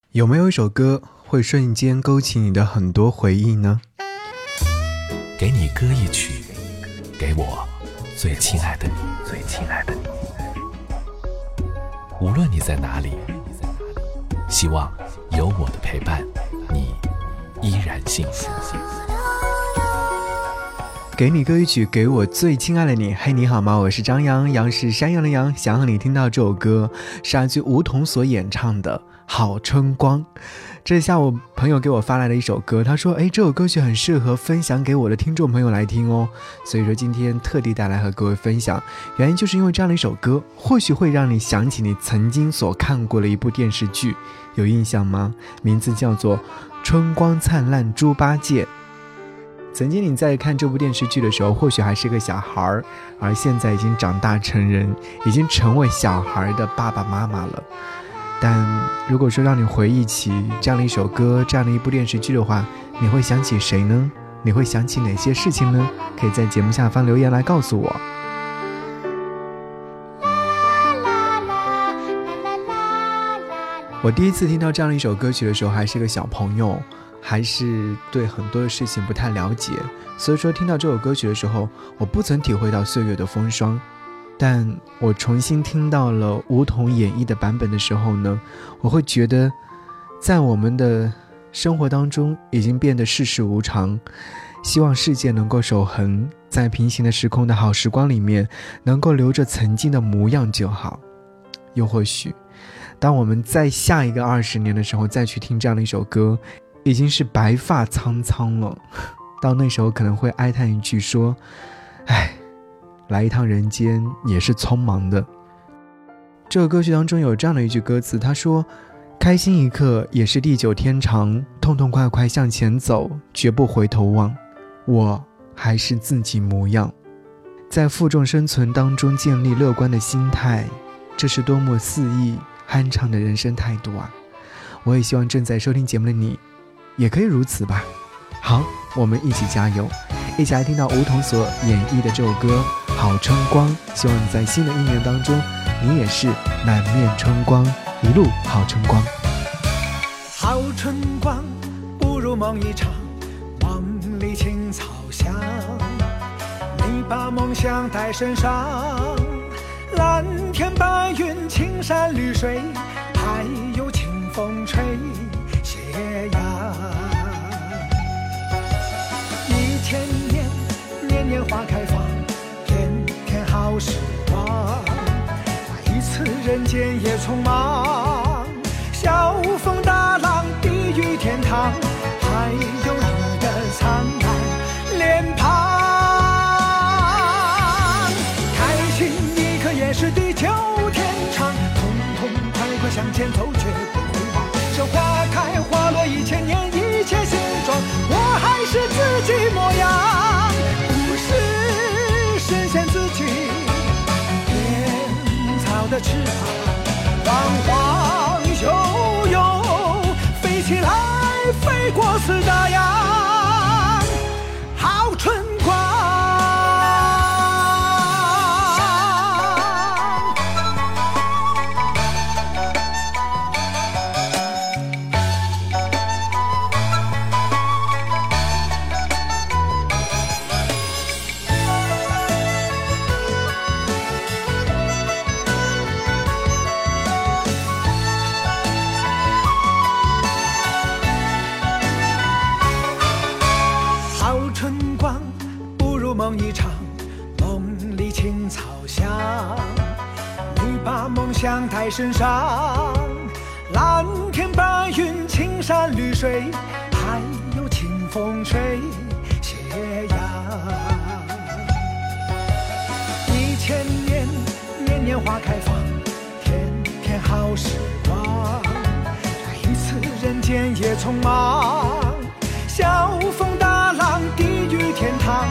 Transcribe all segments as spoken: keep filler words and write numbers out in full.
有没有一首歌会瞬间勾起你的很多回忆呢？ 给你歌一曲，给我最亲爱的你，最亲爱的你。无论你在哪里，希望有我的陪伴，你依然幸福。 给你歌一曲，给我最亲爱的你。嘿，你好吗？我是张扬，杨是山羊的羊。想让你听到这首歌，是来自梧桐所演唱的《好春光》。这是下午朋友给我发来的一首歌，他说诶，这首歌曲很适合分享给我的听众朋友来听哦，所以说今天特地带来和各位分享。原因就是因为这样的一首歌，或许会让你想起你曾经所看过的一部电视剧，有印象吗？名字叫做《春光灿烂猪八戒》。曾经你在看这部电视剧的时候，或许还是个小孩，而现在已经长大成人，已经成为小孩的爸爸妈妈了。但如果说让你回忆起这样的一首歌，这样的一部电视剧的话，你会想起谁呢？你会想起哪些事情呢？可以在节目下方留言来告诉我。我第一次听到这样的一首歌曲的时候，还是个小朋友，还是对很多的事情不太了解，所以说听到这首歌曲的时候，我不曾体会到岁月的风霜。但我重新听到了梧桐演绎的版本的时候呢，我会觉得在我们的生活当中已经变得世事无常，希望世界能够守恒，在平行的时空的好时光里面能够留着曾经的模样就好。又或许当我们在下一个二十年的时候再去听这样的一首歌，已经是白发苍苍了，到那时候可能会哀叹一句说，唉，来一趟人间也是匆忙的。这个歌曲当中有这样的一句歌词，他说，开心一刻也是地久天长，痛痛快快向前走，绝不回头望，我还是自己模样。在负重生存当中建立乐观的心态，这是多么肆意酣畅的人生态度啊！我也希望正在收听节目的你也可以如此吧。好，我们一起加油，一起来听到梧桐所演绎的这首歌《好春光》，希望在新的一年当中，你也是满面春光，一路好春光。 好春光，不如梦一场，梦里青草香，你把梦想带身上，蓝天白云，青山绿水，还有清风吹斜阳。一千年，年年花开放，天天好时光。再一次人间也匆忙，小风大浪，地狱天堂，还有你的灿烂脸庞。开心一刻也是地久天长，痛痛快快向前走，绝不回望。这花开花落一千年，一切形状，我还是自己模样，不是实现自己编造的翅膀，晃晃悠悠飞起来，飞过四大洋，好春光。梦一场，梦里青草香，你把梦想带身上，蓝天白云，青山绿水，还有清风吹斜阳。一千年，年年花开放，天天好时光。再一次人间也匆忙，小风大浪，地狱天堂，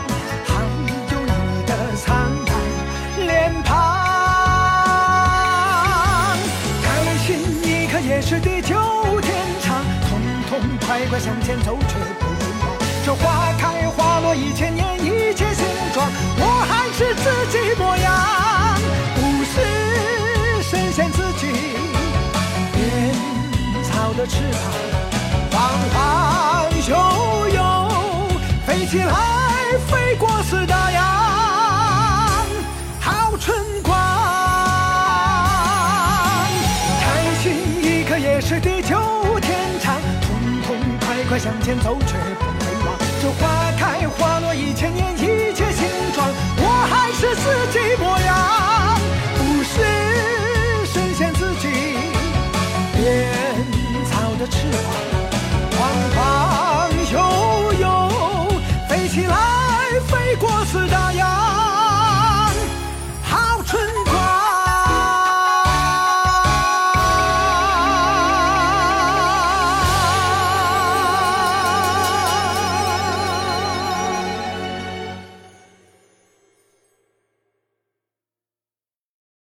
灿烂脸庞。开心一刻也是地久天长，痛痛快快向前走，绝不回望。这花开花落一千年，一切形状，我还是自己模样，不是实现自己编造的的翅膀，缓缓悠悠飞起来，飞过四大洋，好春光。开心一刻也是地久天长，痛痛快快向前走，却不会忘。这花开花落一千年，一切形状，我还是四季模样。